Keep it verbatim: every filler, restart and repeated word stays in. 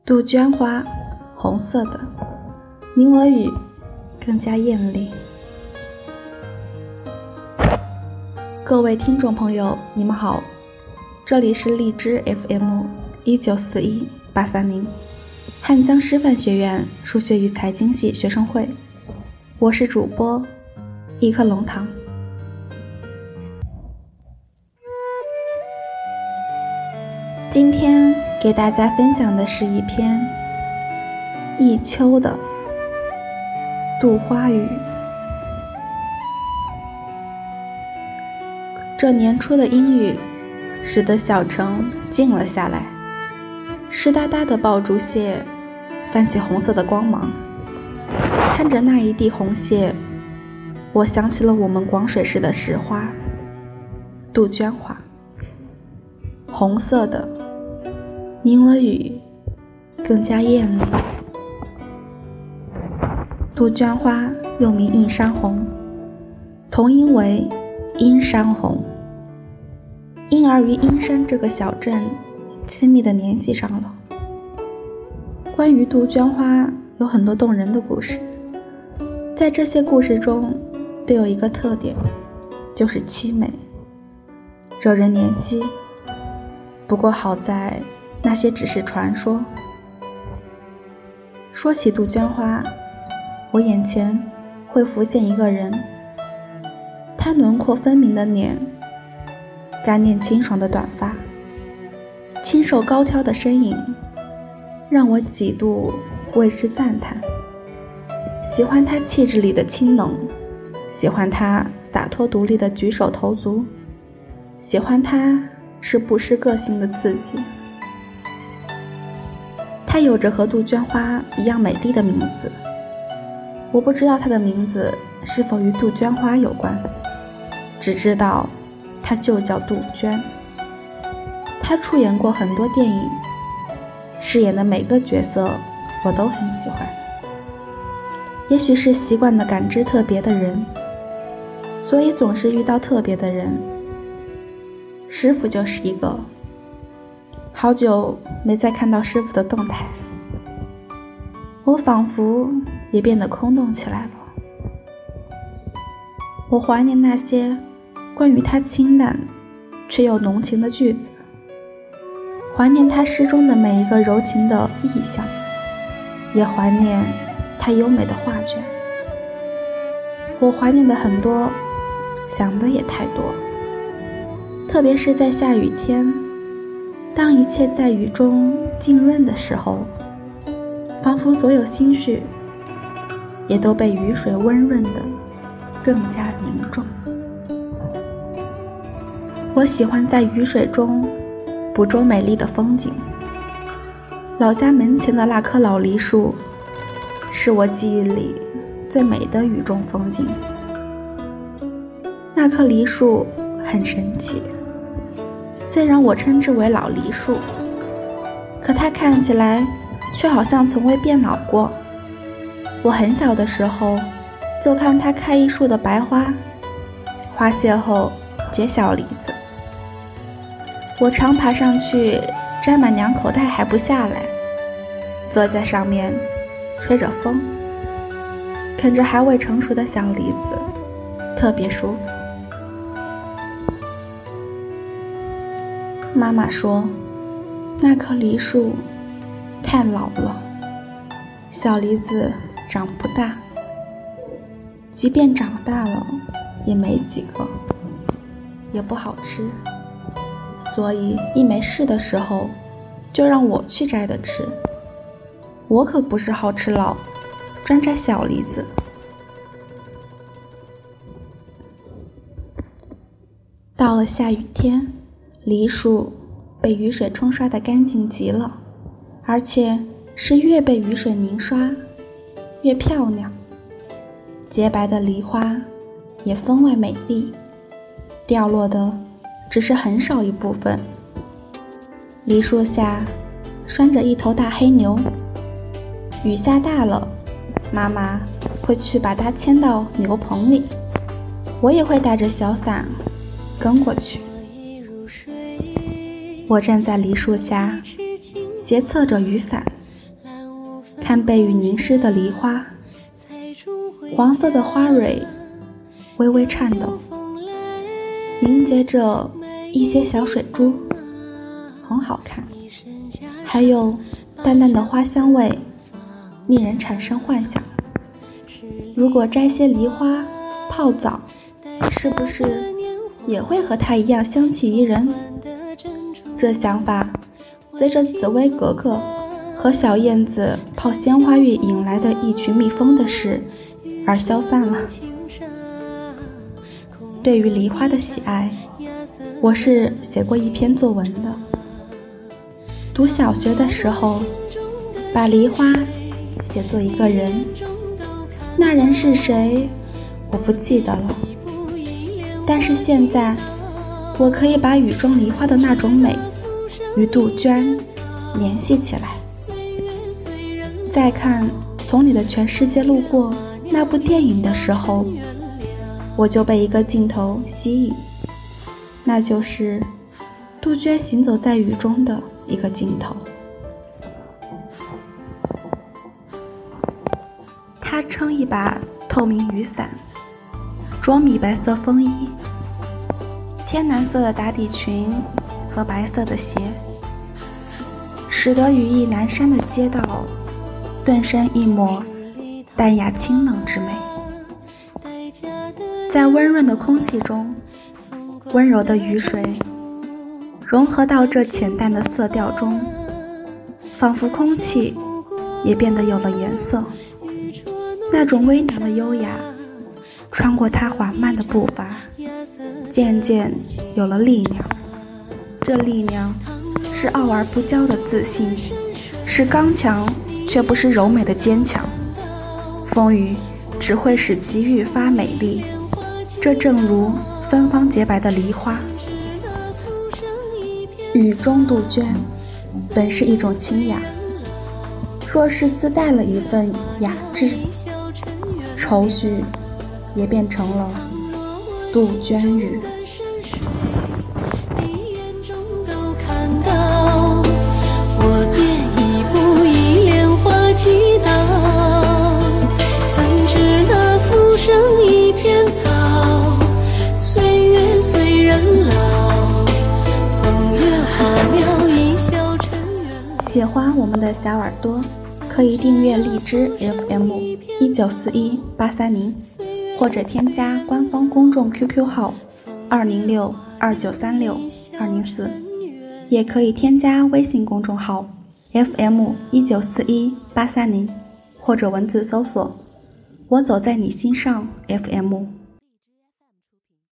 杜鹃花，红色的，宁为雨更加艳丽。各位听众朋友，你们好，这里是荔枝 F M 一九四一八三零，汉江师范学院数学与财经系学生会，我是主播一颗龙堂。今天给大家分享的是一篇忆秋的杜花雨。这年初的阴雨使得小城静了下来，湿哒哒的爆竹屑泛起红色的光芒。看着那一地红屑，我想起了我们广水市的石花杜鹃花，红色的，淋了雨更加艳丽。杜鹃花又名映山红，同音为阴山红，因而与阴山这个小镇亲密地联系上了。关于杜鹃花有很多动人的故事，在这些故事中都有一个特点，就是凄美，惹人怜惜。不过好在那些只是传说。说起杜鹃花，我眼前会浮现一个人，他轮廓分明的脸，干练清爽的短发，清瘦高挑的身影，让我几度为之赞叹。喜欢他气质里的清冷，喜欢他洒脱独立的举手投足，喜欢他是不失个性的自己。她有着和杜鹃花一样美丽的名字，我不知道她的名字是否与杜鹃花有关，只知道她就叫杜鹃。她出演过很多电影，饰演的每个角色我都很喜欢。也许是习惯了感知特别的人，所以总是遇到特别的人。师傅就是一个，好久没再看到师傅的动态，我仿佛也变得空洞起来了。我怀念那些关于他清淡却又浓情的句子，怀念他诗中的每一个柔情的意象，也怀念他优美的画卷。我怀念的很多，想的也太多，特别是在下雨天，当一切在雨中浸润的时候，仿佛所有心绪也都被雨水温润的更加凝重。我喜欢在雨水中捕捉美丽的风景。老家门前的那棵老梨树是我记忆里最美的雨中风景。那棵梨树很神奇，虽然我称之为老梨树，可它看起来却好像从未变老过。我很小的时候就看它开一树的白花，花谢后结小梨子。我常爬上去摘满两口袋还不下来，坐在上面吹着风，啃着还未成熟的小梨子，特别舒服。妈妈说，那棵梨树太老了，小梨子长不大，即便长大了也没几个，也不好吃，所以一没事的时候就让我去摘的吃。我可不是好吃老，专摘小梨子。到了下雨天，梨树被雨水冲刷得干净极了，而且是越被雨水凝刷越漂亮。洁白的梨花也分外美丽，掉落的只是很少一部分。梨树下拴着一头大黑牛，雨下大了，妈妈会去把它牵到牛棚里，我也会带着小伞跟过去。我站在梨树下，斜侧着雨伞， 看背雨凝湿的梨花，黄色的花蕊微微颤抖，凝结着一些小水珠，很好看。还有淡淡的花香味，令人产生幻想。如果摘些梨花泡澡，是不是也会和它一样香气宜人？这想法随着紫薇格格和小燕子泡鲜花浴引来的一群蜜蜂的事而消散了。对于梨花的喜爱，我是写过一篇作文的。读小学的时候，把梨花写作一个人，那人是谁我不记得了，但是现在我可以把雨中梨花的那种美与杜鹃联系起来。再看从你的全世界路过那部电影的时候，我就被一个镜头吸引，那就是杜鹃行走在雨中的一个镜头。她撑一把透明雨伞，着米白色风衣，天蓝色的打底裙和白色的鞋，使得羽翼阑珊的街道顿生一抹淡雅清冷之美。在温润的空气中，温柔的雨水融合到这浅淡的色调中，仿佛空气也变得有了颜色。那种微凉的优雅穿过他缓慢的步伐，渐渐有了力量。这力量是傲而不骄的自信，是刚强却不是柔美的坚强。风雨只会使其愈发美丽，这正如芬芳洁白的梨花。雨中杜鹃本是一种清雅，若是自带了一份雅致，愁绪也变成了杜鹃雨。 我便一步一莲花祈祷，怎知那浮生一片草，岁月催人老，风月花鸟一笑尘缘。 喜欢我们的小耳朵，可以订阅荔枝 F M 一九四一八三零，或者添加官方公众 Q Q 号二零六二九三六二零四，也可以添加微信公众号 F M 一九四一八三零，或者文字搜索我走在你心上 F M。